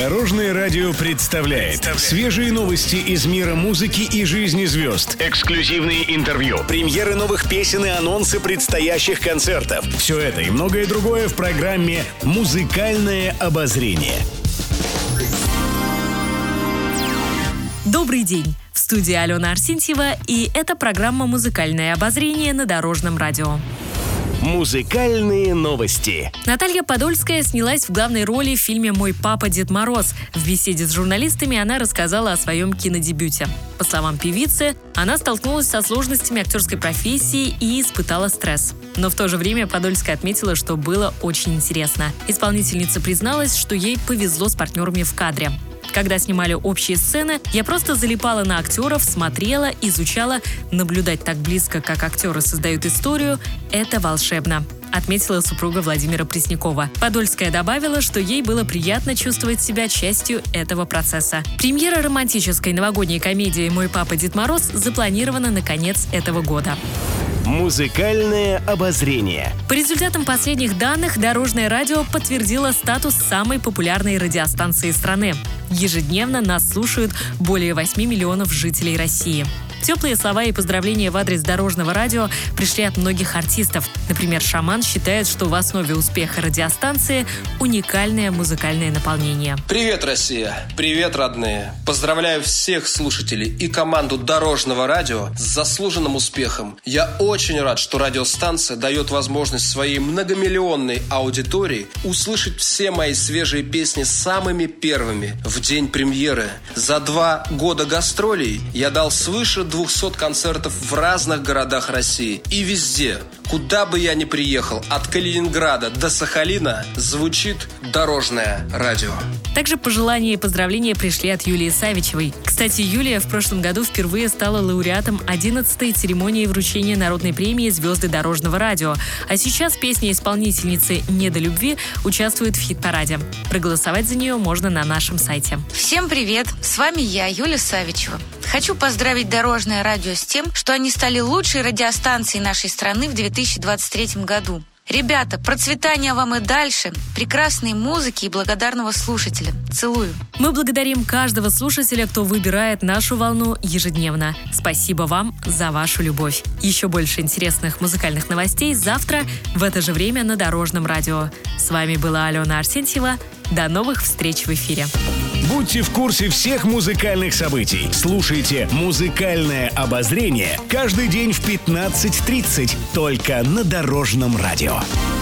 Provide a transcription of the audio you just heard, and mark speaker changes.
Speaker 1: Дорожное радио представляет свежие новости из мира музыки и жизни звезд. Эксклюзивные интервью, премьеры новых песен и анонсы предстоящих концертов. Все это и многое другое в программе «Музыкальное обозрение».
Speaker 2: Добрый день! В студии Алена Арсентьева, и это программа «Музыкальное обозрение» на Дорожном радио.
Speaker 1: Музыкальные новости.
Speaker 2: Наталья Подольская снялась в главной роли в фильме «Мой папа Дед Мороз». В беседе с журналистами она рассказала о своем кинодебюте. По словам певицы, она столкнулась со сложностями актерской профессии и испытала стресс. Но в то же время Подольская отметила, что было очень интересно. Исполнительница призналась, что ей повезло с партнерами в кадре. Когда снимали общие сцены, я просто залипала на актеров, смотрела, изучала. Наблюдать так близко, как актеры создают историю, это волшебно, отметила супруга Владимира Преснякова. Подольская добавила, что ей было приятно чувствовать себя частью этого процесса. Премьера романтической новогодней комедии «Мой папа Дед Мороз» запланирована на конец этого года.
Speaker 1: Музыкальное обозрение.
Speaker 2: По результатам последних данных, Дорожное радио подтвердило статус самой популярной радиостанции страны. Ежедневно нас слушают более 8 миллионов жителей России. Теплые слова и поздравления в адрес Дорожного радио пришли от многих артистов. Например, «Шаман» считает, что в основе успеха радиостанции уникальное музыкальное наполнение.
Speaker 3: Привет, Россия! Привет, родные! Поздравляю всех слушателей и команду Дорожного радио с заслуженным успехом. Я очень рад, что радиостанция дает возможность своей многомиллионной аудитории услышать все мои свежие песни самыми первыми в день премьеры. За 2 года гастролей я дал свыше 200 концертов в разных городах России. И везде, куда бы я ни приехал, от Калининграда до Сахалина, звучит Дорожное радио.
Speaker 2: Также пожелания и поздравления пришли от Юлии Савичевой. Кстати, Юлия в прошлом году впервые стала лауреатом 11-й церемонии вручения народной премии «Звезды Дорожного радио». А сейчас песня исполнительницы «Не до любви» участвует в хит-параде. Проголосовать за нее можно на нашем сайте.
Speaker 4: Всем привет! С вами я, Юлия Савичева. Хочу поздравить Дорожное радио с тем, что они стали лучшей радиостанцией нашей страны в 2023 году. Ребята, процветания вам и дальше, прекрасной музыки и благодарного слушателя. Целую.
Speaker 2: Мы благодарим каждого слушателя, кто выбирает нашу волну ежедневно. Спасибо вам за вашу любовь. Еще больше интересных музыкальных новостей завтра в это же время на Дорожном радио. С вами была Алена Арсентьева. До новых встреч в эфире.
Speaker 1: Будьте в курсе всех музыкальных событий. Слушайте «Музыкальное обозрение» каждый день в 15:30 только на Дорожном радио.